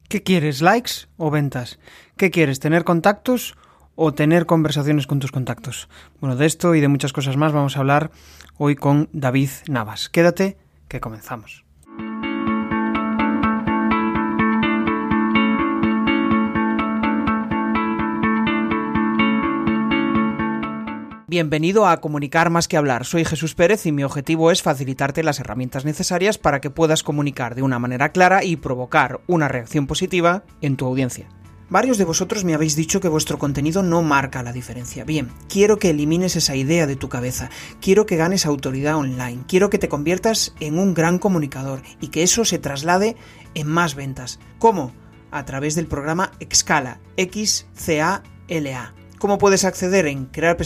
¿Qué quieres, likes o ventas? ¿Qué quieres, tener contactos o tener conversaciones con tus contactos? Bueno, de esto y de muchas cosas más vamos a hablar hoy con David Navas. Quédate, que comenzamos. Bienvenido a Comunicar más que hablar. Soy Jesús Pérez y mi objetivo es facilitarte las herramientas necesarias para que puedas comunicar de una manera clara y provocar una reacción positiva en tu audiencia. Varios de vosotros me habéis dicho que vuestro contenido no marca la diferencia. Bien, quiero que elimines esa idea de tu cabeza, quiero que ganes autoridad online, quiero que te conviertas en un gran comunicador y que eso se traslade en más ventas. ¿Cómo? A través del programa Excala, X-C-A-L-A. ¿Cómo puedes acceder? En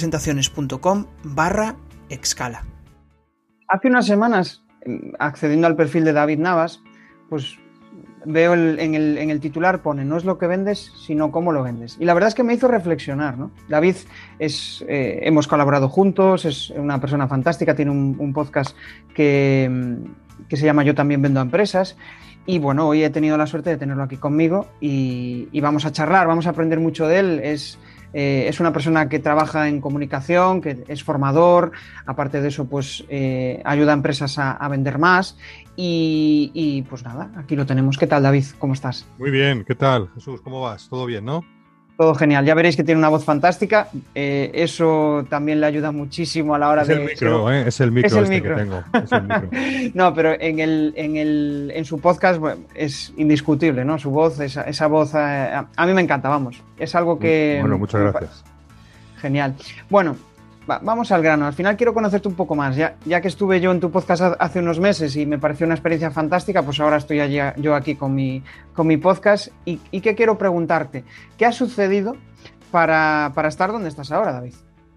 crearpresentaciones.com/Excala. Hace unas semanas, accediendo al perfil de David Navas, pues veo en el titular pone: no es lo que vendes, sino cómo lo vendes. Y la verdad es que me hizo reflexionar, ¿no? David hemos colaborado juntos, es una persona fantástica, tiene un podcast que se llama Yo también vendo a empresas. Y bueno, hoy he tenido la suerte de tenerlo aquí conmigo y vamos a charlar, vamos a aprender mucho de él. Es una persona que trabaja en comunicación, que es formador, aparte de eso pues ayuda a empresas a vender más y pues nada, aquí lo tenemos. ¿Qué tal, David? ¿Cómo estás? Muy bien, ¿qué tal, Jesús? ¿Cómo vas? ¿Todo bien, no? Todo genial, ya veréis que tiene una voz fantástica, eso también le ayuda muchísimo a la hora es de... El micro, es el micro, es el este micro. Que tengo. Es el micro. No, pero en su podcast, bueno, es indiscutible, ¿no? Su voz, esa voz, a mí me encanta, vamos. Es algo que... Bueno, muchas gracias. Genial. Bueno, vamos al grano. Al final quiero conocerte un poco más. Ya que estuve yo en tu podcast hace unos meses y me pareció una experiencia fantástica, pues ahora estoy yo aquí con mi podcast. ¿Y qué quiero preguntarte? ¿Qué ha sucedido para estar donde estás ahora, David?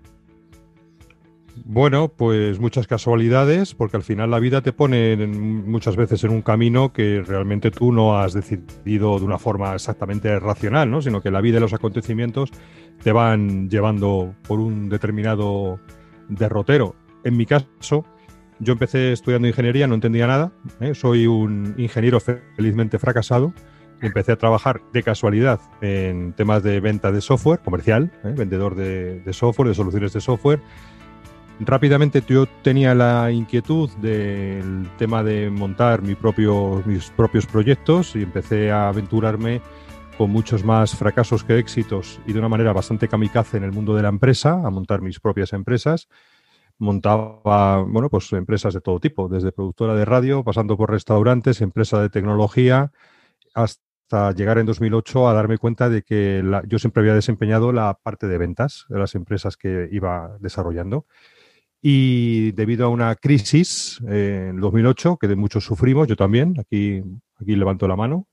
Bueno, pues muchas casualidades, porque al final la vida te pone muchas veces en un camino que realmente tú no has decidido de una forma exactamente racional, ¿no? Sino que la vida y los acontecimientos te van llevando por un determinado derrotero. En mi caso, yo empecé estudiando ingeniería, no entendía nada, soy un ingeniero felizmente fracasado y empecé a trabajar de casualidad en temas de venta de software comercial, vendedor de software, de soluciones de software. Rápidamente yo tenía la inquietud del tema de montar mis propios proyectos y empecé a aventurarme con muchos más fracasos que éxitos y de una manera bastante kamikaze en el mundo de la empresa, a montar mis propias empresas. Montaba, bueno, pues empresas de todo tipo, desde productora de radio, pasando por restaurantes, empresa de tecnología, hasta llegar en 2008 a darme cuenta de que yo siempre había desempeñado la parte de ventas de las empresas que iba desarrollando. Y debido a una crisis en 2008, que de muchos sufrimos, yo también, aquí levanto la mano,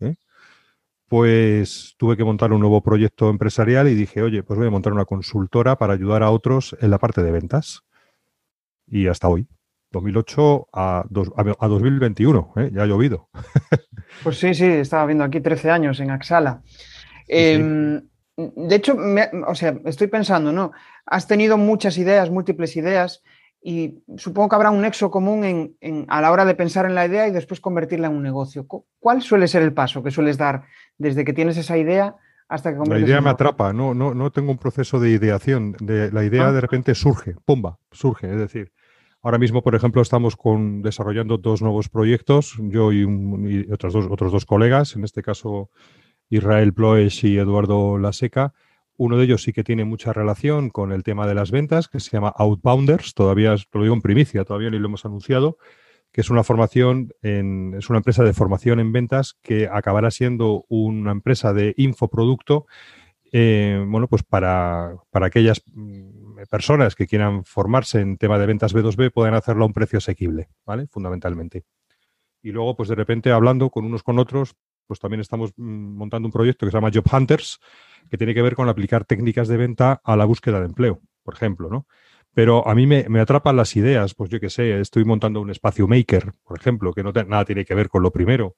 pues tuve que montar un nuevo proyecto empresarial y dije, oye, pues voy a montar una consultora para ayudar a otros en la parte de ventas. Y hasta hoy, 2008 a 2021, ya ha llovido. Pues sí, estaba viendo aquí 13 años en Axala. Sí. De hecho, estoy pensando, ¿no? Has tenido muchas ideas, múltiples ideas, y supongo que habrá un nexo común a la hora de pensar en la idea y después convertirla en un negocio. ¿Cuál suele ser el paso que sueles dar desde que tienes esa idea hasta que conviertes La idea en me negocio? atrapa, no tengo un proceso de ideación. La idea de repente surge, ¡pumba! Surge, es decir, ahora mismo, por ejemplo, estamos desarrollando 2 nuevos proyectos, yo y otros dos colegas, en este caso Israel Ploes y Eduardo Laseca. Uno de ellos sí que tiene mucha relación con el tema de las ventas, que se llama Outbounders, todavía te lo digo en primicia, todavía ni lo hemos anunciado, que es una es una empresa de formación en ventas que acabará siendo una empresa de infoproducto, bueno, pues para aquellas personas que quieran formarse en tema de ventas B2B puedan hacerlo a un precio asequible, ¿vale? Fundamentalmente. Y luego, pues de repente, hablando con unos con otros, pues también estamos montando un proyecto que se llama Job Hunters, que tiene que ver con aplicar técnicas de venta a la búsqueda de empleo, por ejemplo, ¿no? Pero a mí me atrapan las ideas, pues yo qué sé, estoy montando un espacio maker, por ejemplo, que nada tiene que ver con lo primero.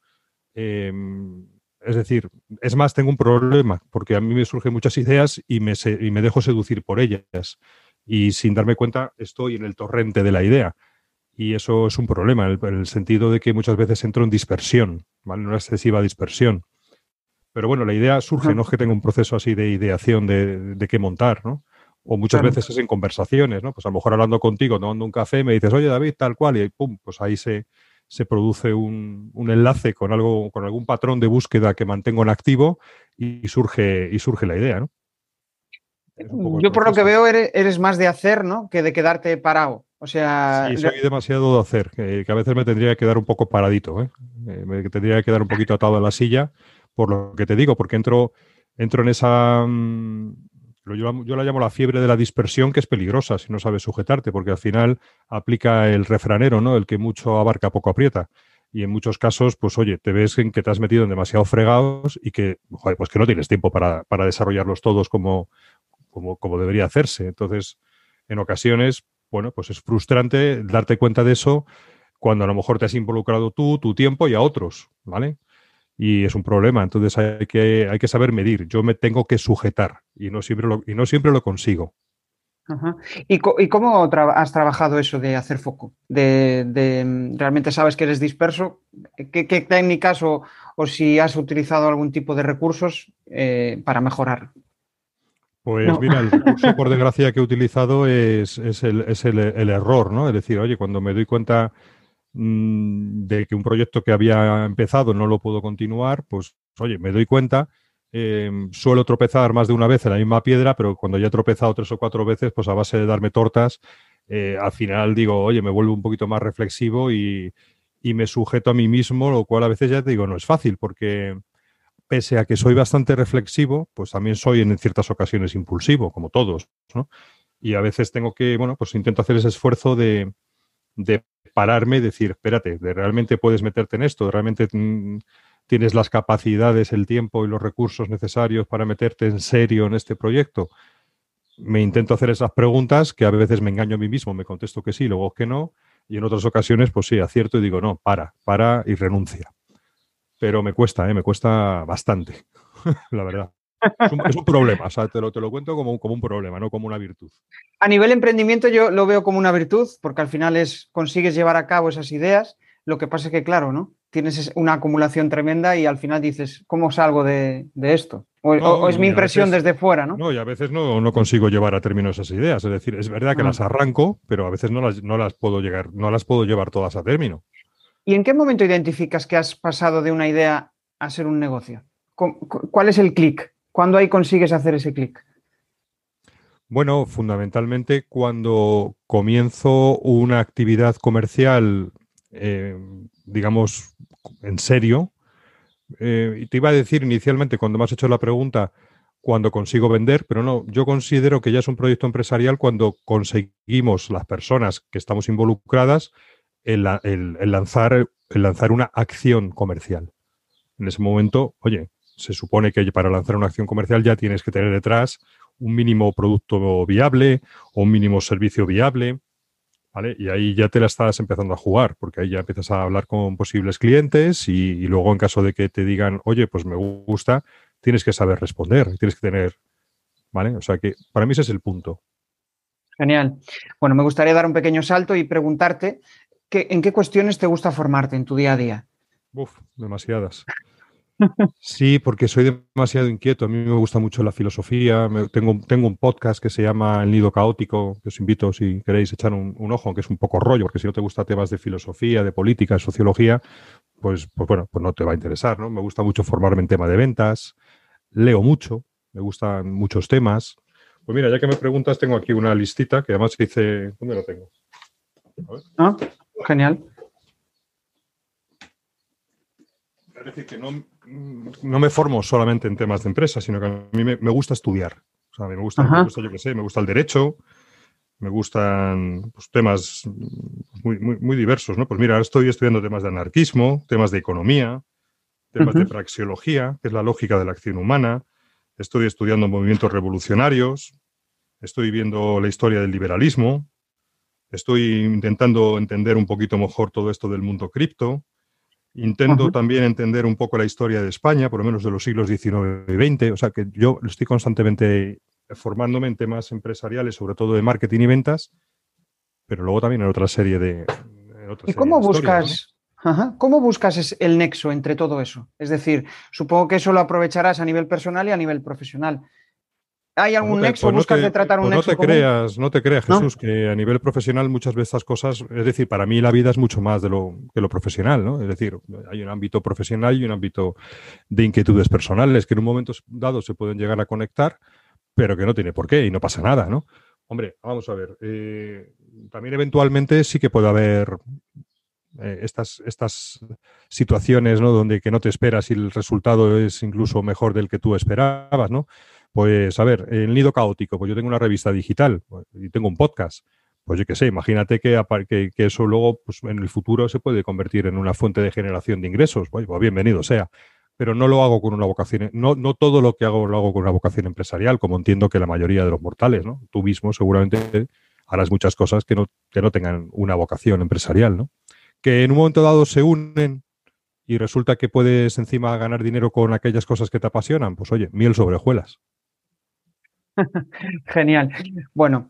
Es decir, es más, tengo un problema, porque a mí me surgen muchas ideas y me dejo seducir por ellas. Y sin darme cuenta, estoy en el torrente de la idea. Y eso es un problema, en el sentido de que muchas veces entro en dispersión, ¿vale? Una excesiva dispersión. Pero bueno, la idea surge, Ajá, no es que tenga un proceso así de ideación de qué montar, ¿no? O muchas claro. veces es en conversaciones, ¿no? Pues a lo mejor hablando contigo, tomando un café, me dices, oye, David, tal cual, y pum, pues ahí se produce un enlace con algo, con algún patrón de búsqueda que mantengo en activo y surge la idea, ¿no? Es un poco el Yo por lo que proceso. veo eres más de hacer, ¿no? Que de quedarte parado. O sea, Sí, soy demasiado de hacer, que a veces me tendría que quedar un poco paradito, ¿eh? Me tendría que quedar un poquito atado a la silla, por lo que te digo, porque entro en esa... yo la llamo la fiebre de la dispersión, que es peligrosa si no sabes sujetarte, porque al final aplica el refranero, ¿no? El que mucho abarca, poco aprieta. Y en muchos casos, pues oye, te ves en que te has metido en demasiado fregados y que, joder, pues que no tienes tiempo para desarrollarlos todos como debería hacerse. Entonces, en ocasiones, bueno, pues es frustrante darte cuenta de eso cuando a lo mejor te has involucrado tú, tu tiempo y a otros, ¿vale? Y es un problema. Entonces hay que saber medir. Yo me tengo que sujetar y no siempre lo consigo. Ajá. ¿Y cómo has trabajado eso de hacer foco? ¿Realmente sabes que eres disperso? ¿Qué técnicas o si has utilizado algún tipo de recursos para mejorar? Pues No. mira, el recurso por desgracia que he utilizado es el error, ¿no? Es decir, oye, cuando me doy cuenta de que un proyecto que había empezado no lo puedo continuar, pues oye, me doy cuenta, suelo tropezar más de una vez en la misma piedra, pero cuando ya he tropezado 3 o 4 veces, pues a base de darme tortas, al final digo, oye, me vuelvo un poquito más reflexivo y me sujeto a mí mismo, lo cual a veces ya te digo, no es fácil, porque pese a que soy bastante reflexivo, pues también soy en ciertas ocasiones impulsivo, como todos, ¿no? Y a veces tengo que, bueno, pues intento hacer ese esfuerzo de pararme y decir, espérate, de realmente puedes meterte en esto, realmente tienes las capacidades, el tiempo y los recursos necesarios para meterte en serio en este proyecto. Me intento hacer esas preguntas que a veces me engaño a mí mismo, me contesto que sí, luego que no, y en otras ocasiones, pues sí, acierto y digo, no, para y renuncia. Pero me cuesta bastante, la verdad. Es un problema, o sea, te lo cuento como un problema, no como una virtud. A nivel emprendimiento yo lo veo como una virtud, porque al final consigues llevar a cabo esas ideas. Lo que pasa es que, claro, ¿no? Tienes una acumulación tremenda y al final dices, ¿cómo salgo de esto? O No, es mi y a impresión veces, desde fuera, ¿no? no, y a veces no consigo llevar a término esas ideas. Es decir, es verdad que Ah. las arranco, pero a veces no las puedo no las puedo llevar todas a término. ¿Y en qué momento identificas que has pasado de una idea a ser un negocio? ¿Cuál es el clic? ¿Cuándo ahí consigues hacer ese clic? Bueno, fundamentalmente cuando comienzo una actividad comercial, eh, digamos, en serio. Y te iba a decir inicialmente, cuando me has hecho la pregunta, cuando consigo vender, pero no, yo considero que ya es un proyecto empresarial cuando conseguimos las personas que estamos involucradas el lanzar una acción comercial. En ese momento, oye, se supone que para lanzar una acción comercial ya tienes que tener detrás un mínimo producto viable o un mínimo servicio viable, ¿vale? Y ahí ya te la estás empezando a jugar, porque ahí ya empiezas a hablar con posibles clientes y luego en caso de que te digan, oye, pues me gusta, tienes que saber responder, tienes que tener, ¿vale? O sea que para mí ese es el punto. Genial. Bueno, me gustaría dar un pequeño salto y preguntarte en qué cuestiones te gusta formarte en tu día a día. Uf, demasiadas. Sí, porque soy demasiado inquieto. A mí me gusta mucho la filosofía. Tengo un podcast que se llama El Nido Caótico, que os invito si queréis echar un ojo, aunque es un poco rollo, porque si no te gusta temas de filosofía, de política, de sociología, pues bueno, pues no te va a interesar, ¿no? Me gusta mucho formarme en tema de ventas, leo mucho, me gustan muchos temas. Pues mira, ya que me preguntas, tengo aquí una listita que además dice, ¿dónde lo tengo? A ver. ¿No? Genial. Es decir, que no me formo solamente en temas de empresa, sino que a mí me gusta estudiar. O sea, a mí me Ajá. gusta, yo qué sé, me gusta el derecho, me gustan pues, temas muy diversos, ¿no? Pues mira, ahora estoy estudiando temas de anarquismo, temas de economía, temas de Ujú. praxeología, que es la lógica de la acción humana. Estoy estudiando movimientos revolucionarios, estoy viendo la historia del liberalismo, estoy intentando entender un poquito mejor todo esto del mundo cripto. Intento Ajá. también entender un poco la historia de España, por lo menos de los siglos XIX y XX. O sea que yo estoy constantemente formándome en temas empresariales, sobre todo de marketing y ventas, pero luego también en otra serie de ¿Y cómo historias, ¿no? Ajá. ¿Cómo buscas el nexo entre todo eso? Es decir, supongo que eso lo aprovecharás a nivel personal y a nivel profesional. ¿Hay Pues no algún te, nexo? pues no ¿Buscas te, de tratar un pues no nexo te común? creas, no te creas, Jesús, ¿No? que a nivel profesional muchas veces estas cosas, es decir, para mí la vida es mucho más de lo que lo profesional, ¿no? Es decir, hay un ámbito profesional y un ámbito de inquietudes personales que en un momento dado se pueden llegar a conectar, pero que no tiene por qué y no pasa nada, ¿no? Hombre, vamos a ver, también eventualmente sí que puede haber estas situaciones, ¿no? Donde que no te esperas y el resultado es incluso mejor del que tú esperabas, ¿no? Pues a ver, el nido caótico, pues yo tengo una revista digital pues, y tengo un podcast. Pues yo qué sé, imagínate que eso luego pues, en el futuro se puede convertir en una fuente de generación de ingresos. Pues bienvenido sea. Pero no lo hago con una vocación, no todo lo que hago lo hago con una vocación empresarial, como entiendo que la mayoría de los mortales, ¿no? Tú mismo seguramente harás muchas cosas que no tengan una vocación empresarial, ¿no? Que en un momento dado se unen y resulta que puedes encima ganar dinero con aquellas cosas que te apasionan, pues oye, miel sobre hojuelas. Genial. Bueno,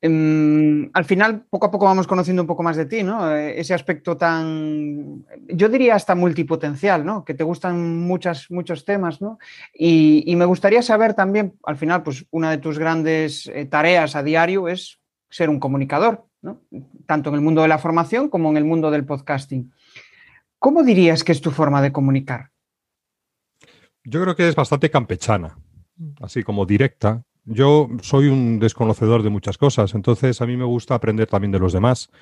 al final, poco a poco vamos conociendo un poco más de ti, ¿no? Ese aspecto tan, yo diría hasta multipotencial, ¿no? Que te gustan muchos temas, ¿no? Y me gustaría saber también, al final, pues una de tus grandes tareas a diario es ser un comunicador, ¿no? Tanto en el mundo de la formación como en el mundo del podcasting. ¿Cómo dirías que es tu forma de comunicar? Yo creo que es bastante campechana, así como directa. Yo soy un desconocedor de muchas cosas, entonces a mí me gusta aprender también de los demás.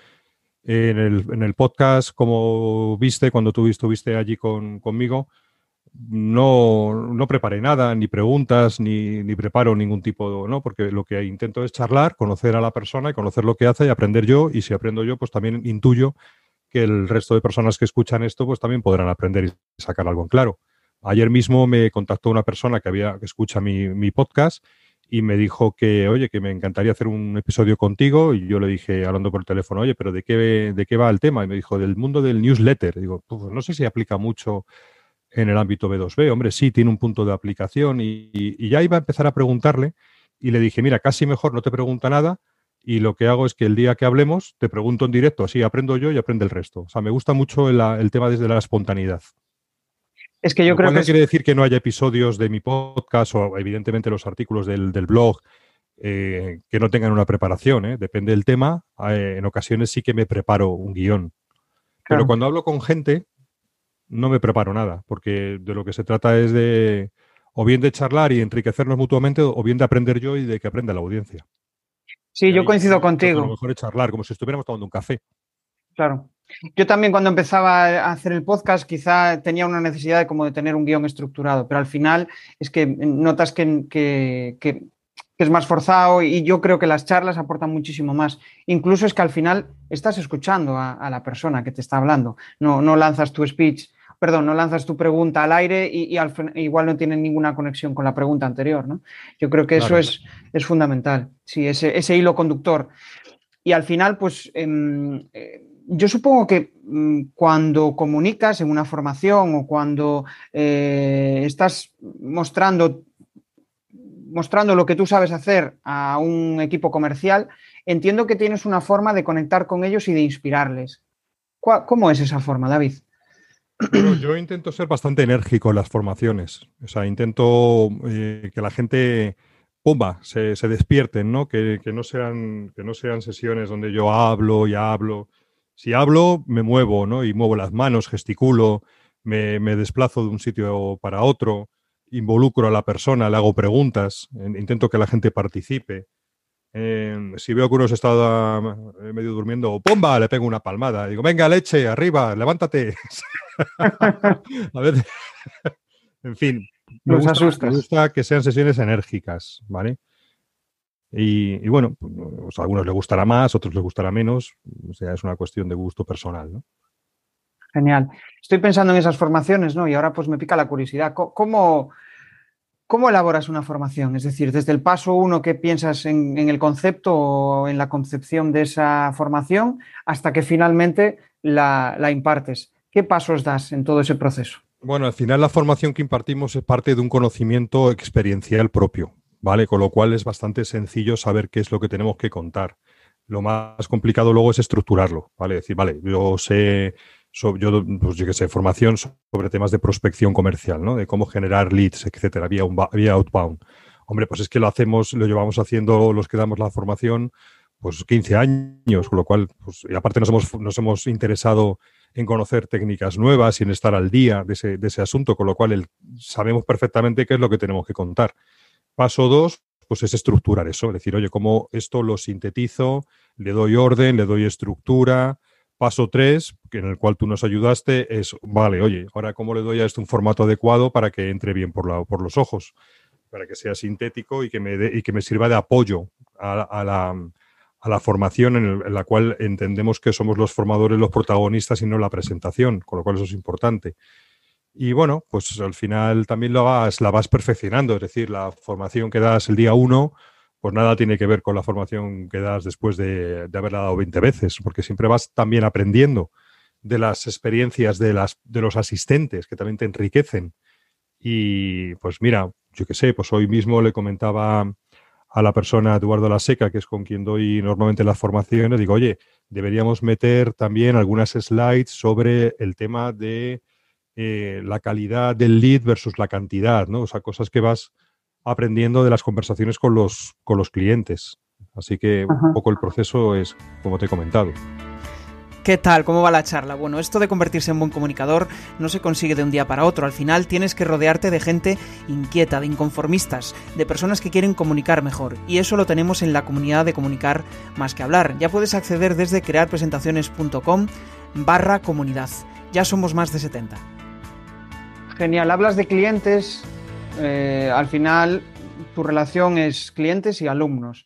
En el podcast, como viste, cuando tú estuviste allí conmigo, no preparé nada, ni preguntas, ni preparo ningún tipo, ¿no? Porque lo que intento es charlar, conocer a la persona y conocer lo que hace y aprender yo. Y si aprendo yo, pues también intuyo que el resto de personas que escuchan esto, pues también podrán aprender y sacar algo en claro. Ayer mismo me contactó una persona que escucha mi podcast y me dijo que, oye, que me encantaría hacer un episodio contigo. Y yo le dije, hablando por teléfono, oye, pero de qué va el tema? Y me dijo, del mundo del newsletter. Y digo, pues no sé si aplica mucho en el ámbito B2B. Hombre, sí, tiene un punto de aplicación y ya iba a empezar a preguntarle y le dije, mira, casi mejor no te pregunta nada y lo que hago es que el día que hablemos te pregunto en directo, así aprendo yo y aprende el resto. O sea, me gusta mucho el tema desde la espontaneidad. Es que yo Lo creo cual que no es, quiere decir que no haya episodios de mi podcast o evidentemente los artículos del blog que no tengan una preparación. Depende del tema. En ocasiones sí que me preparo un guión. Pero claro. cuando hablo con gente, no me preparo nada, porque de lo que se trata es de o bien de charlar y enriquecernos mutuamente, o bien de aprender yo y de que aprenda la audiencia. Sí, Y yo ahí yo coincido creo que lo contigo. mejor es charlar, como si estuviéramos tomando un café. Claro. Yo también cuando empezaba a hacer el podcast quizá tenía una necesidad de como de tener un guión estructurado, pero al final es que notas que es más forzado y yo creo que las charlas aportan muchísimo más. Incluso es que al final estás escuchando a la persona que te está hablando, no lanzas tu speech, perdón, no lanzas tu pregunta al aire igual no tiene ninguna conexión con la pregunta anterior, ¿no? Yo creo que eso Claro. es fundamental, sí, ese hilo conductor. Y al final, pues yo supongo que cuando comunicas en una formación o cuando estás mostrando lo que tú sabes hacer a un equipo comercial, entiendo que tienes una forma de conectar con ellos y de inspirarles. ¿Cómo es esa forma, David? Bueno, yo intento ser bastante enérgico en las formaciones. O sea, intento que la gente, pumba, se despierten, ¿no? Que no sean sesiones donde yo hablo y hablo. Si hablo, me muevo, ¿no? Y muevo las manos, gesticulo, me desplazo de un sitio para otro, involucro a la persona, le hago preguntas, intento que la gente participe. Si veo que uno se está medio durmiendo, ¡pumba! Le pego una palmada. Digo, venga, leche, arriba, levántate. A ver, en fin, Los me asustas. gusta que sean sesiones enérgicas, ¿vale? Y bueno, pues a algunos les gustará más, otros les gustará menos. O sea, es una cuestión de gusto personal, ¿no? Genial. Estoy pensando en esas formaciones, ¿no? Y ahora pues me pica la curiosidad. ¿Cómo elaboras una formación? Es decir, desde el paso uno que piensas en el concepto o en la concepción de esa formación hasta que finalmente la impartes. ¿Qué pasos das en todo ese proceso? Bueno, al final la formación que impartimos es parte de un conocimiento experiencial propio, ¿vale? Con lo cual es bastante sencillo saber qué es lo que tenemos que contar. Lo más complicado luego es estructurarlo, ¿vale? Es decir, vale, yo sé Pues yo qué sé, formación sobre temas de prospección comercial, ¿no? De cómo generar leads, etcétera, vía outbound. Hombre, pues es que lo llevamos haciendo los que damos la formación, pues 15 años, con lo cual, pues, y aparte nos hemos interesado en conocer técnicas nuevas y en estar al día de ese asunto, con lo cual sabemos perfectamente qué es lo que tenemos que contar. Paso 2, pues es estructurar eso, es decir, oye, cómo esto lo sintetizo, le doy orden, le doy estructura. Paso 3, en el cual tú nos ayudaste, es, vale, oye, ahora cómo le doy a esto un formato adecuado para que entre bien por los ojos, para que sea sintético y que me sirva de apoyo a la formación en la cual entendemos que somos los formadores los protagonistas y no la presentación, con lo cual eso es importante. Y bueno, pues al final también la vas perfeccionando, es decir, la formación que das el día 1, pues nada tiene que ver con la formación que das después de haberla dado 20 veces, porque siempre vas también aprendiendo de las experiencias de los asistentes, que también te enriquecen. Y pues mira, yo qué sé, pues hoy mismo le comentaba a la persona, Eduardo Laseca, que es con quien doy normalmente las formaciones, digo, oye, deberíamos meter también algunas slides sobre el tema de la calidad del lead versus la cantidad, ¿no? O sea, cosas que vas aprendiendo de las conversaciones con los clientes. Así que un poco el proceso es como te he comentado. ¿Qué tal? ¿Cómo va la charla? Bueno, esto de convertirse en buen comunicador no se consigue de un día para otro. Al final tienes que rodearte de gente inquieta, de inconformistas, de personas que quieren comunicar mejor. Y eso lo tenemos en la comunidad de Comunicar Más que Hablar. Ya puedes acceder desde crearpresentaciones.com/comunidad. Ya somos más de 70. Genial. Hablas de clientes. Al final tu relación es clientes y alumnos.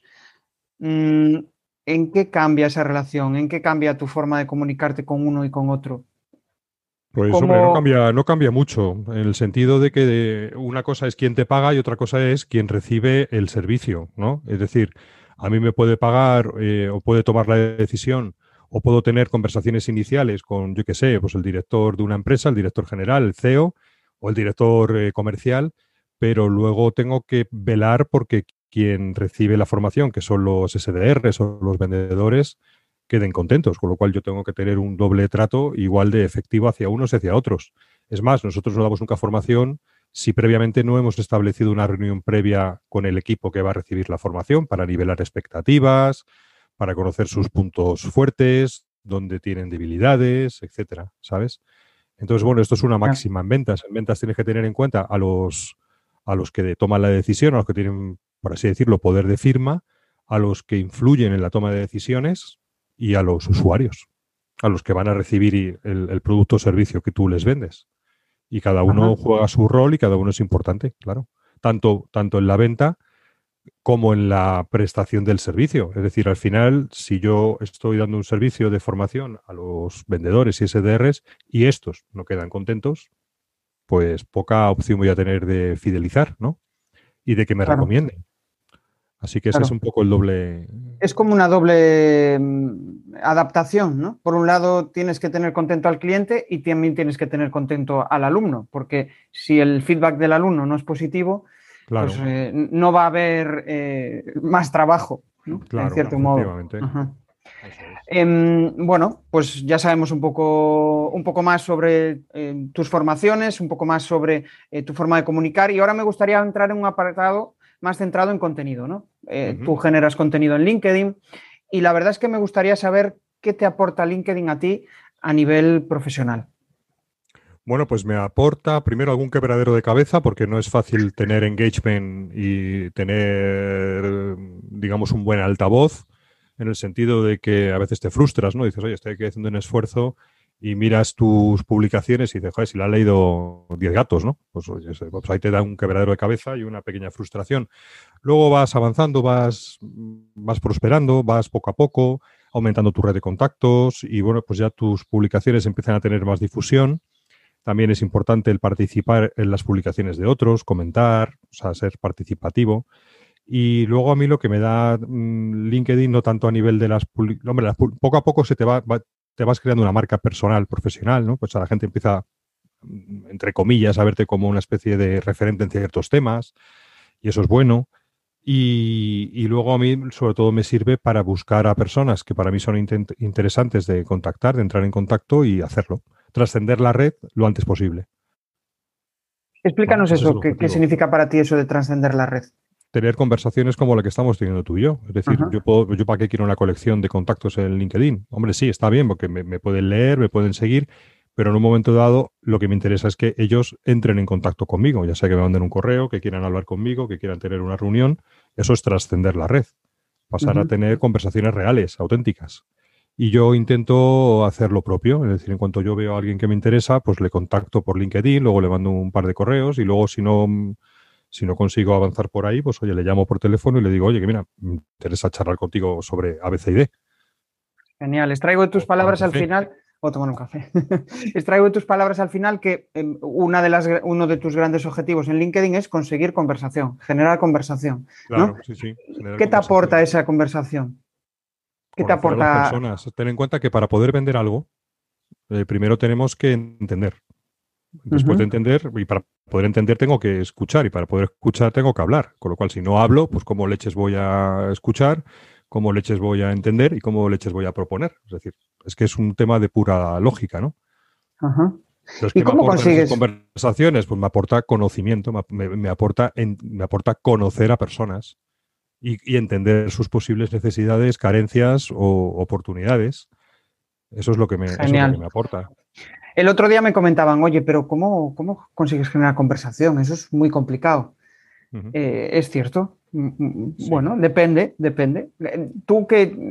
¿En qué cambia esa relación? ¿En qué cambia tu forma de comunicarte con uno y con otro? Pues hombre, no cambia mucho, en el sentido de que una cosa es quién te paga y otra cosa es quién recibe el servicio, ¿no? Es decir, a mí me puede pagar o puede tomar la decisión o puedo tener conversaciones iniciales con, yo qué sé, pues el director de una empresa, el director general, el CEO o el director comercial, pero luego tengo que velar porque quien recibe la formación, que son los SDRs o los vendedores, queden contentos, con lo cual yo tengo que tener un doble trato igual de efectivo hacia unos y hacia otros. Es más, nosotros no damos nunca formación si previamente no hemos establecido una reunión previa con el equipo que va a recibir la formación para nivelar expectativas, para conocer sus puntos fuertes, dónde tienen debilidades, etcétera, ¿sabes? Entonces, bueno, esto es una máxima en ventas. En ventas tienes que tener en cuenta a los que toman la decisión, a los que tienen, por así decirlo, poder de firma, a los que influyen en la toma de decisiones y a los usuarios, a los que van a recibir el producto o servicio que tú les vendes. Y cada uno juega su rol y cada uno es importante, claro. Tanto en la venta como en la prestación del servicio. Es decir, al final, si yo estoy dando un servicio de formación a los vendedores y SDRs y estos no quedan contentos, pues poca opción voy a tener de fidelizar, ¿no? Y de que me recomienden. Así que ese es un poco el doble. Es como una doble adaptación, ¿no? Por un lado tienes que tener contento al cliente y también tienes que tener contento al alumno, porque si el feedback del alumno no es positivo, claro, pues no va a haber más trabajo, ¿no? Claro, en cierto modo. Bueno, pues ya sabemos un poco más sobre tus formaciones, un poco más sobre tu forma de comunicar y ahora me gustaría entrar en un apartado más centrado en contenido, ¿no? Tú generas contenido en LinkedIn y la verdad es que me gustaría saber qué te aporta LinkedIn a ti a nivel profesional. Bueno, pues me aporta primero algún quebradero de cabeza porque no es fácil tener engagement y tener, digamos, un buen altavoz en el sentido de que a veces te frustras, ¿no? Dices, oye, estoy aquí haciendo un esfuerzo y miras tus publicaciones y dices, joder, si la han leído 10 gatos, ¿no? Pues, oye, pues ahí te da un quebradero de cabeza y una pequeña frustración. Luego vas avanzando, vas prosperando, vas poco a poco, aumentando tu red de contactos y, bueno, pues ya tus publicaciones empiezan a tener más difusión. También es importante el participar en las publicaciones de otros, comentar, o sea, ser participativo. Y luego a mí lo que me da LinkedIn, no tanto a nivel de hombre, poco a poco te vas creando una marca personal, profesional, ¿no? Pues a la gente empieza, entre comillas, a verte como una especie de referente en ciertos temas y eso es bueno. Y luego a mí, sobre todo, me sirve para buscar a personas que para mí son interesantes de contactar, de entrar en contacto y hacerlo. trascender la red lo antes posible. Explícanos Ese es el eso, ¿qué objetivo. significa para ti eso de trascender la red? Tener conversaciones como la que estamos teniendo tú y yo. Es decir, Ajá. yo para qué quiero una colección de contactos en LinkedIn. Hombre, sí, está bien, porque me pueden leer, me pueden seguir, pero en un momento dado lo que me interesa es que ellos entren en contacto conmigo, ya sea que me manden un correo, que quieran hablar conmigo, que quieran tener una reunión. Eso es trascender la red, pasar a Ujú. tener conversaciones reales, auténticas. Y yo intento hacer lo propio, es decir, en cuanto yo veo a alguien que me interesa, pues le contacto por LinkedIn, luego le mando un par de correos y luego si no consigo avanzar por ahí, pues oye, le llamo por teléfono y le digo, oye, que mira, me interesa charlar contigo sobre ABCD Genial. Extraigo de tus o tomar un palabras al café. final, o tomar un café. Extraigo de tus palabras al final que uno de tus grandes objetivos en LinkedIn es conseguir conversación, generar conversación, ¿no? Claro, sí, sí, generar ¿Qué te aporta conversación, esa conversación? ¿Qué te conocer a las aporta? personas. Ten en cuenta que para poder vender algo, primero tenemos que entender. Después de Ujú. entender, y para poder entender tengo que escuchar, y para poder escuchar tengo que hablar. Con lo cual, si no hablo, pues cómo leches voy a escuchar, cómo leches voy a entender y cómo leches voy a proponer. Es decir, es que es un tema de pura lógica, ¿no? Ajá. Entonces, ¿Y ¿qué me cómo aportan esas consigues? conversaciones? Pues me aporta conocimiento, me aporta conocer a personas y entender sus posibles necesidades, carencias o oportunidades. Eso es lo que Genial. me aporta. El otro día me comentaban, oye, pero ¿cómo consigues generar conversación? Eso es muy complicado. Ujú. ¿Es cierto? Sí. Bueno, depende. ¿Tú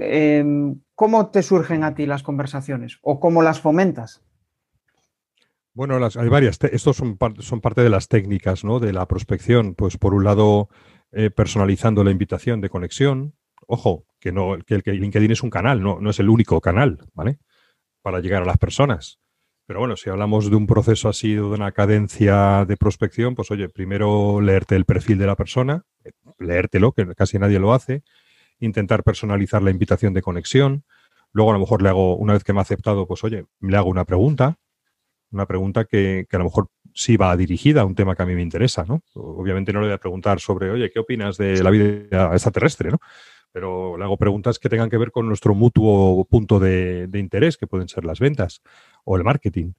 cómo te surgen a ti las conversaciones o cómo las fomentas? Bueno, hay varias. Estos son parte de las técnicas, ¿no? De la prospección. Pues por un lado, personalizando la invitación de conexión. Ojo, que LinkedIn es un canal, no es el único canal, ¿vale? Para llegar a las personas. Pero bueno, si hablamos de un proceso así, de una cadencia de prospección, pues oye, primero leerte el perfil de la persona, leértelo, que casi nadie lo hace, intentar personalizar la invitación de conexión. Luego a lo mejor le hago, una vez que me ha aceptado, pues oye, le hago una pregunta que a lo mejor sí va dirigida a un tema que a mí me interesa, ¿no? Obviamente no le voy a preguntar sobre, oye, ¿qué opinas de la vida extraterrestre, ¿no? Pero le hago preguntas que tengan que ver con nuestro mutuo punto de interés, que pueden ser las ventas o el marketing.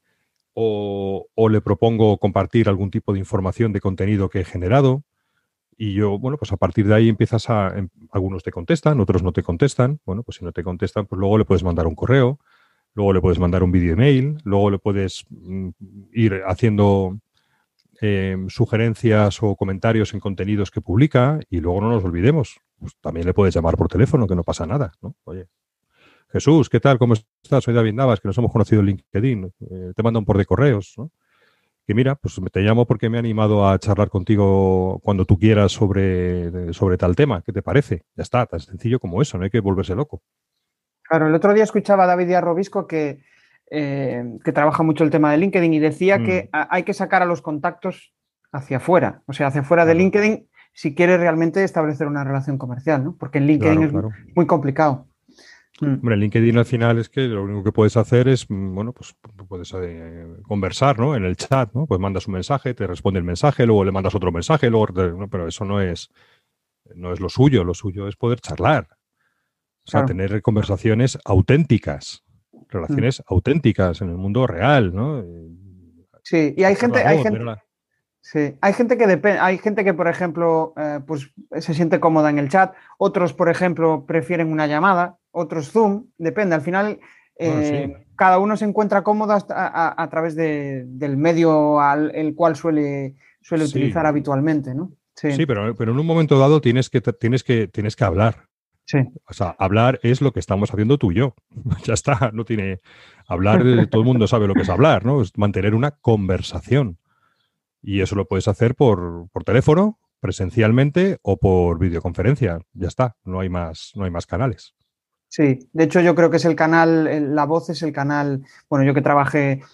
O le propongo compartir algún tipo de información de contenido que he generado. Y yo, bueno, pues a partir de ahí algunos te contestan, otros no te contestan. Bueno, pues si no te contestan, pues luego le puedes mandar un correo, luego le puedes mandar un video email, luego le puedes ir haciendo sugerencias o comentarios en contenidos que publica y luego no nos olvidemos, pues también le puedes llamar por teléfono, que no pasa nada, ¿no? Oye, Jesús, ¿qué tal? ¿Cómo estás? Soy David Navas, que nos hemos conocido en LinkedIn. Te mando un por de correos, ¿no? Que mira, pues te llamo porque me he animado a charlar contigo cuando tú quieras sobre tal tema. ¿Qué te parece? Ya está, tan sencillo como eso, no hay que volverse loco. Claro, el otro día escuchaba a David Díaz Robisco que trabaja mucho el tema de LinkedIn y decía Mm, que hay que sacar a los contactos hacia afuera, o sea, hacia afuera de claro, LinkedIn si quieres realmente establecer una relación comercial, ¿no? Porque en LinkedIn claro, es claro. muy complicado. Mm. Hombre, en LinkedIn al final es que lo único que puedes hacer es, bueno, pues puedes conversar, ¿no? En el chat, ¿no? Pues mandas un mensaje, te responde el mensaje, luego le mandas otro mensaje, ¿no? Pero eso no es lo suyo es poder charlar, o sea, Claro. tener conversaciones auténticas, Mm. relaciones auténticas en el mundo real, ¿no? Sí, y Echar la voz, ver la... sí, hay gente que depende, hay gente que, por ejemplo, pues se siente cómoda en el chat, otros, por ejemplo, prefieren una llamada, otros Zoom, depende. Al final, Bueno, sí, cada uno se encuentra cómodo a través del medio el cual suele utilizar sí, habitualmente, ¿no? Sí, sí, pero en un momento dado tienes que hablar. sí. O sea, hablar es lo que estamos haciendo tú y yo. Ya está, no tiene... Hablar, todo el mundo sabe lo que es hablar, ¿no? Es mantener una conversación. Y eso lo puedes hacer por teléfono, presencialmente o por videoconferencia. Ya está, no hay más canales. Sí, de hecho yo creo que es el canal, la voz es el canal, bueno, yo que trabajé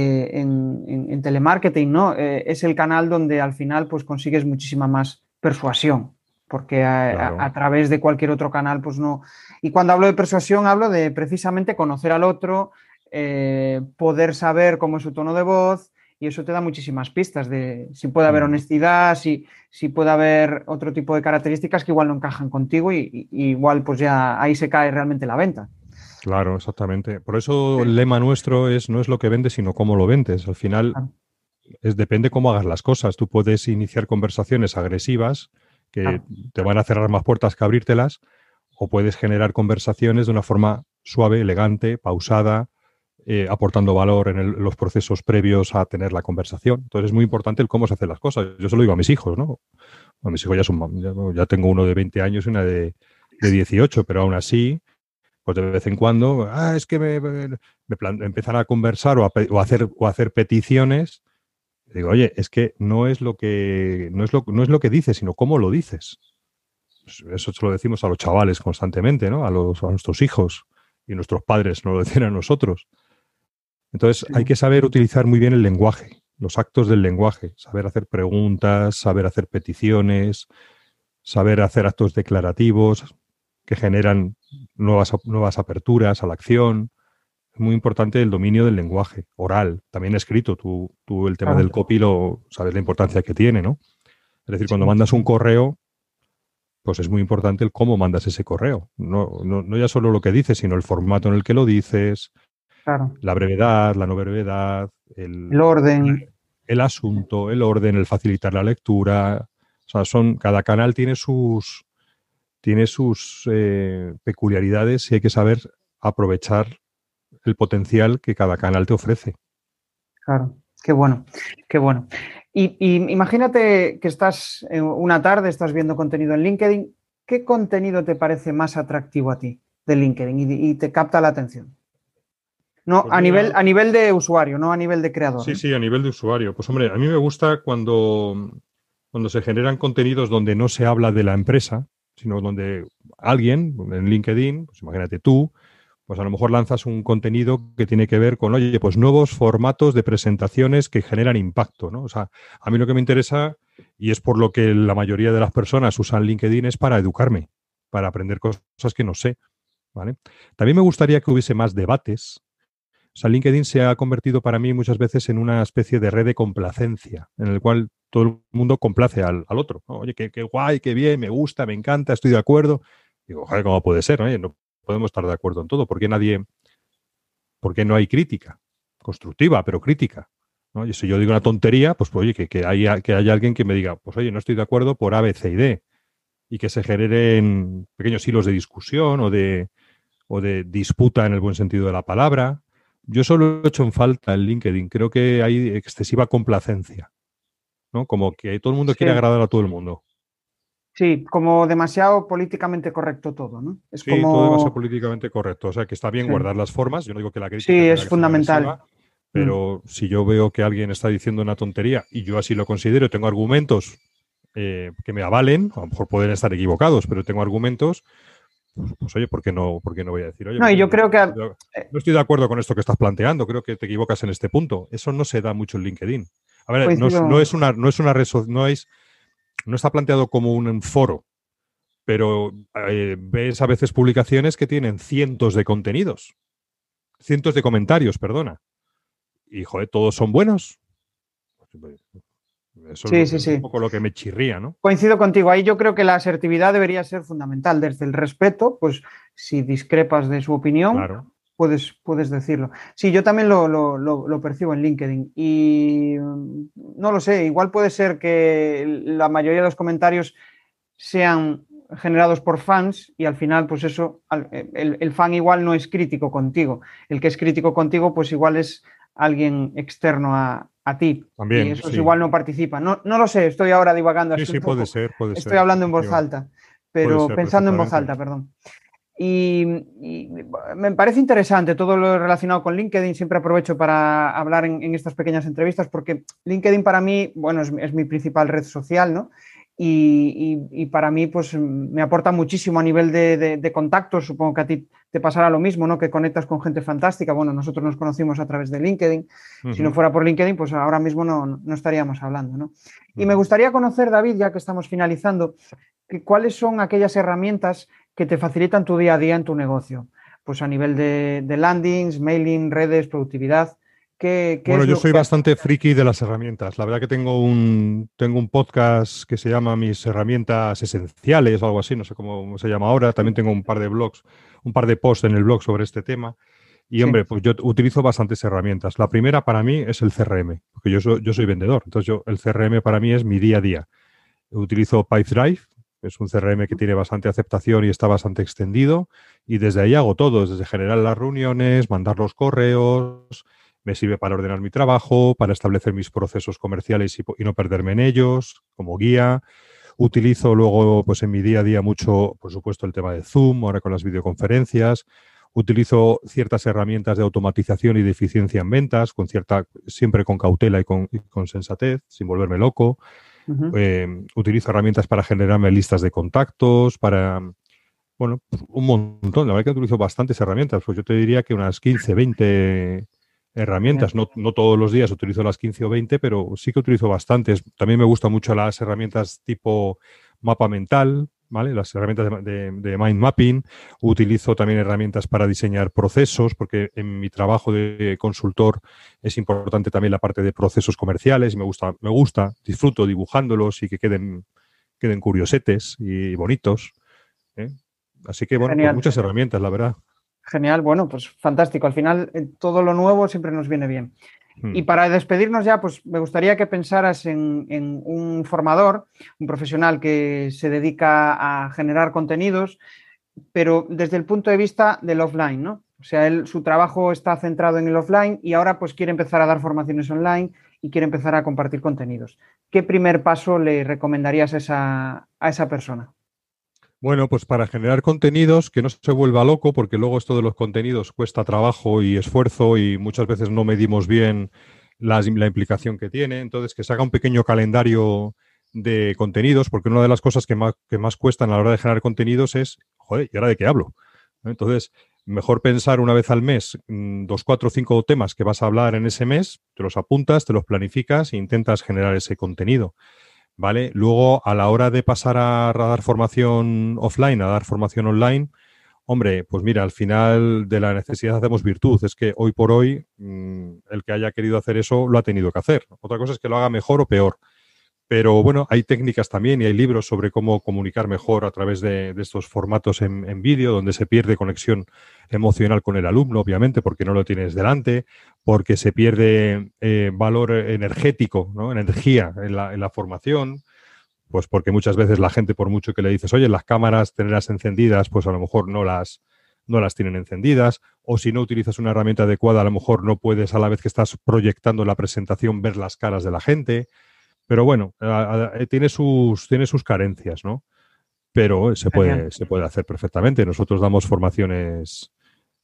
en telemarketing, ¿no? Es el canal donde al final pues consigues muchísima más persuasión, porque Claro. a través de cualquier otro canal pues no. Y cuando hablo de persuasión hablo de precisamente conocer al otro, poder saber cómo es su tono de voz y eso te da muchísimas pistas de si puede haber Mm. honestidad, si puede haber otro tipo de características que igual no encajan contigo y igual pues ya ahí se cae realmente la venta. Claro, exactamente. Por eso el lema nuestro no es lo que vendes, sino cómo lo vendes. Al final Claro, depende cómo hagas las cosas. Tú puedes iniciar conversaciones agresivas que claro, te van a cerrar más puertas que abrírtelas, o puedes generar conversaciones de una forma suave, elegante, pausada, aportando valor en los procesos previos a tener la conversación. Entonces es muy importante el cómo se hacen las cosas. Yo se lo digo a mis hijos, ¿no? A mis hijos ya tengo uno de 20 años y una de 18, pero aún así, pues de vez en cuando, es que empiezan a conversar o a hacer peticiones. Digo, oye, es que no es lo que dices, sino cómo lo dices. Pues eso se lo decimos a los chavales constantemente, ¿no? A nuestros hijos, y nuestros padres nos lo decían a nosotros. Entonces sí, hay que saber utilizar muy bien el lenguaje, los actos del lenguaje, saber hacer preguntas, saber hacer peticiones, saber hacer actos declarativos que generan nuevas aperturas a la acción. Es muy importante el dominio del lenguaje oral, también escrito. Tú el tema claro, del copy sabes la importancia que tiene, ¿no? Es decir, cuando sí, mandas un correo, pues es muy importante el cómo mandas ese correo. No ya solo lo que dices, sino el formato en el que lo dices, claro. la brevedad, la no brevedad, El orden, el asunto, el orden, el facilitar la lectura. O sea, cada canal tiene sus peculiaridades, y hay que saber aprovechar el potencial que cada canal te ofrece. claro. Qué bueno, qué bueno. Y imagínate que estás una tarde, estás viendo contenido en LinkedIn. ¿Qué contenido te parece más atractivo a ti de LinkedIn y te capta la atención? No, Pues mira, a nivel de usuario, no a nivel de creador, sí, ¿eh? sí, a nivel de usuario. Pues hombre, a mí me gusta cuando se generan contenidos donde no se habla de la empresa, sino donde alguien en LinkedIn, pues imagínate tú, pues a lo mejor lanzas un contenido que tiene que ver con, oye, pues nuevos formatos de presentaciones que generan impacto, ¿no? O sea, a mí lo que me interesa, y es por lo que la mayoría de las personas usan LinkedIn, es para educarme, para aprender cosas que no sé, ¿vale? También me gustaría que hubiese más debates. O sea, LinkedIn se ha convertido para mí muchas veces en una especie de red de complacencia, en el cual todo el mundo complace al otro, ¿no? Oye, qué guay, qué bien, me gusta, me encanta, estoy de acuerdo. Digo, joder, ¿cómo puede ser? Oye, no podemos estar de acuerdo en todo. ¿Por qué no hay crítica? Constructiva, pero crítica, ¿no? Y si yo digo una tontería, pues oye, que haya alguien que me diga, pues oye, no estoy de acuerdo por A, B, C y D. Y que se generen pequeños hilos de discusión o de disputa en el buen sentido de la palabra. Yo solo he hecho en falta en LinkedIn. Creo que hay excesiva complacencia, ¿no? Como que todo el mundo quiere Sí, agradar a todo el mundo. sí, como demasiado políticamente correcto todo, ¿no? Es Sí, todo demasiado como, políticamente correcto. O sea, que está bien sí, guardar las formas. Yo no digo que la crítica sí, tenga es que ser fundamental. agresiva, Mm, pero si yo veo que alguien está diciendo una tontería y yo así lo considero, tengo argumentos que me avalen, a lo mejor pueden estar equivocados, pero tengo argumentos. Pues oye, ¿por qué no voy a decir, oye, No, pues y oye, yo no, creo que no estoy de acuerdo con esto que estás planteando, creo que te equivocas en este punto? Eso no se da mucho en LinkedIn. A ver, no, coincido. no es una red no está planteado como un foro, pero ves a veces publicaciones que tienen cientos de comentarios, perdona, y joder, todos son buenos. Eso es, Sí, sí, es un sí. poco lo que me chirría, ¿no? Coincido contigo. Ahí yo creo que la asertividad debería ser fundamental. Desde el respeto, pues si discrepas de su opinión, Claro. puedes decirlo. Sí, yo también lo percibo en LinkedIn. Y no lo sé, igual puede ser que la mayoría de los comentarios sean generados por fans y al final, pues eso, el fan igual no es crítico contigo. El que es crítico contigo, pues igual es alguien externo a ti y También, esos sí. igual no participan. No, no lo sé, estoy ahora divagando Sí, así un sí, puede poco. ser, puede Estoy ser. hablando en voz Efectivamente. alta, Puede pero ser pensando en voz perfectamente. alta, perdón. Y me parece interesante todo lo relacionado con LinkedIn. Siempre aprovecho para hablar en estas pequeñas entrevistas porque LinkedIn para mí, bueno, es mi principal red social, ¿no? Y para mí, pues me aporta muchísimo a nivel de contactos. Supongo que a ti te pasará lo mismo, ¿no? Que conectas con gente fantástica. Bueno, nosotros nos conocimos a través de LinkedIn. Si no Ujú, fuera por LinkedIn, pues ahora mismo no estaríamos hablando, ¿no? Y me ujú. gustaría conocer, David, ya que estamos finalizando, cuáles son aquellas herramientas que te facilitan tu día a día en tu negocio. Pues a nivel de landings, mailing, redes, productividad. Bueno, yo soy bastante friki de las herramientas. La verdad que tengo un podcast que se llama Mis herramientas esenciales o algo así, no sé cómo se llama ahora. También tengo un par de blogs, un par de posts en el blog sobre este tema. Y hombre, pues yo utilizo bastantes herramientas. La primera para mí es el CRM, porque yo soy vendedor. Entonces el CRM para mí es mi día a día. Utilizo Pipedrive, es un CRM que tiene bastante aceptación y está bastante extendido. Y desde ahí hago todo, desde generar las reuniones, mandar los correos. Me sirve para ordenar mi trabajo, para establecer mis procesos comerciales y no perderme en ellos, como guía. Utilizo luego, pues en mi día a día mucho, por supuesto, el tema de Zoom, ahora con las videoconferencias. Utilizo ciertas herramientas de automatización y de eficiencia en ventas, siempre con cautela y con sensatez, sin volverme loco. Uh-huh. Utilizo herramientas para generarme listas de contactos, un montón. La verdad que utilizo bastantes herramientas, pues yo te diría que unas 15, 20 herramientas. No todos los días utilizo las 15 o 20, pero sí que utilizo bastantes. También me gustan mucho las herramientas tipo mapa mental, ¿vale? Las herramientas de mind mapping. Utilizo también herramientas para diseñar procesos, porque en mi trabajo de consultor es importante también la parte de procesos comerciales. Me gusta, disfruto dibujándolos y que queden curiosetes y bonitos, ¿eh? Así que, bueno, pues muchas herramientas, la verdad. Genial, bueno, pues fantástico. Al final, todo lo nuevo siempre nos viene bien. Y para despedirnos ya, pues me gustaría que pensaras en un formador, un profesional que se dedica a generar contenidos, pero desde el punto de vista del offline, ¿no? O sea, su trabajo está centrado en el offline y ahora pues quiere empezar a dar formaciones online y quiere empezar a compartir contenidos. ¿Qué primer paso le recomendarías a esa persona? Bueno, pues para generar contenidos, que no se vuelva loco, porque luego esto de los contenidos cuesta trabajo y esfuerzo y muchas veces no medimos bien la implicación que tiene. Entonces, que se haga un pequeño calendario de contenidos, porque una de las cosas que más cuestan a la hora de generar contenidos es, joder, ¿y ahora de qué hablo? Entonces, mejor pensar una vez al mes 2, 4, 5 temas que vas a hablar en ese mes, te los apuntas, te los planificas e intentas generar ese contenido. ¿Vale? Luego, a la hora de pasar a dar formación offline, a dar formación online, hombre, pues mira, al final de la necesidad hacemos virtud. Es que hoy por hoy el que haya querido hacer eso lo ha tenido que hacer. Otra cosa es que lo haga mejor o peor. Pero bueno, hay técnicas también y hay libros sobre cómo comunicar mejor a través de estos formatos en vídeo, donde se pierde conexión emocional con el alumno, obviamente, porque no lo tienes delante, porque se pierde valor energético, ¿no? Energía en la formación, pues porque muchas veces la gente, por mucho que le dices, oye, las cámaras tenerlas encendidas, pues a lo mejor no las tienen encendidas, o si no utilizas una herramienta adecuada, a lo mejor no puedes, a la vez que estás proyectando la presentación, ver las caras de la gente. Pero bueno, tiene sus carencias, ¿no? Pero se puede hacer perfectamente. Nosotros damos formaciones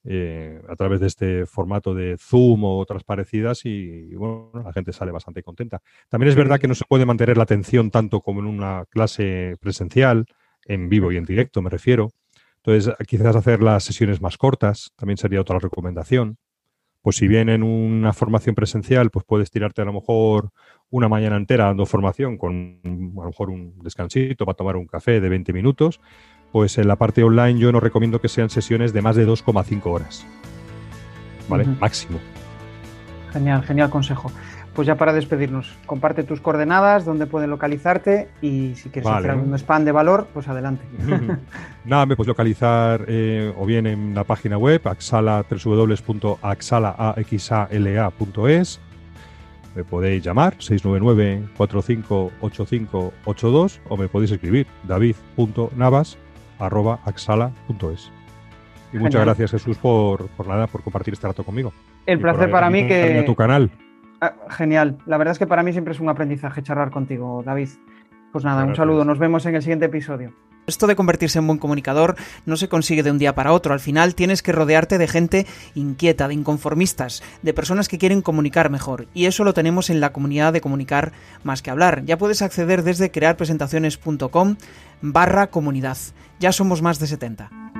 a través de este formato de Zoom o otras parecidas y bueno, la gente sale bastante contenta. También es verdad que no se puede mantener la atención tanto como en una clase presencial, en vivo y en directo, me refiero. Entonces, quizás hacer las sesiones más cortas también sería otra recomendación. Pues si bien en una formación presencial, pues puedes tirarte a lo mejor una mañana entera dando formación con a lo mejor un descansito para tomar un café de 20 minutos, pues en la parte online yo no recomiendo que sean sesiones de más de 2,5 horas. ¿Vale? Uh-huh. Máximo. Genial consejo. Pues ya para despedirnos, comparte tus coordenadas, dónde pueden localizarte y si quieres hacer algún spam de valor, pues adelante. Nada, me puedes localizar o bien en la página web Axala, www.axala.es. Me podéis llamar 699-458582 o me podéis escribir david.navas@axala.es. Y muchas gracias, Jesús, por compartir este rato conmigo. El placer para mí que... a tu canal. Genial. La verdad es que para mí siempre es un aprendizaje charlar contigo, David. Pues nada, un saludo. Nos vemos en el siguiente episodio. Esto de convertirse en buen comunicador no se consigue de un día para otro. Al final tienes que rodearte de gente inquieta, de inconformistas, de personas que quieren comunicar mejor. Y eso lo tenemos en la comunidad de Comunicar Más que Hablar. Ya puedes acceder desde crearpresentaciones.com/comunidad. Ya somos más de 70.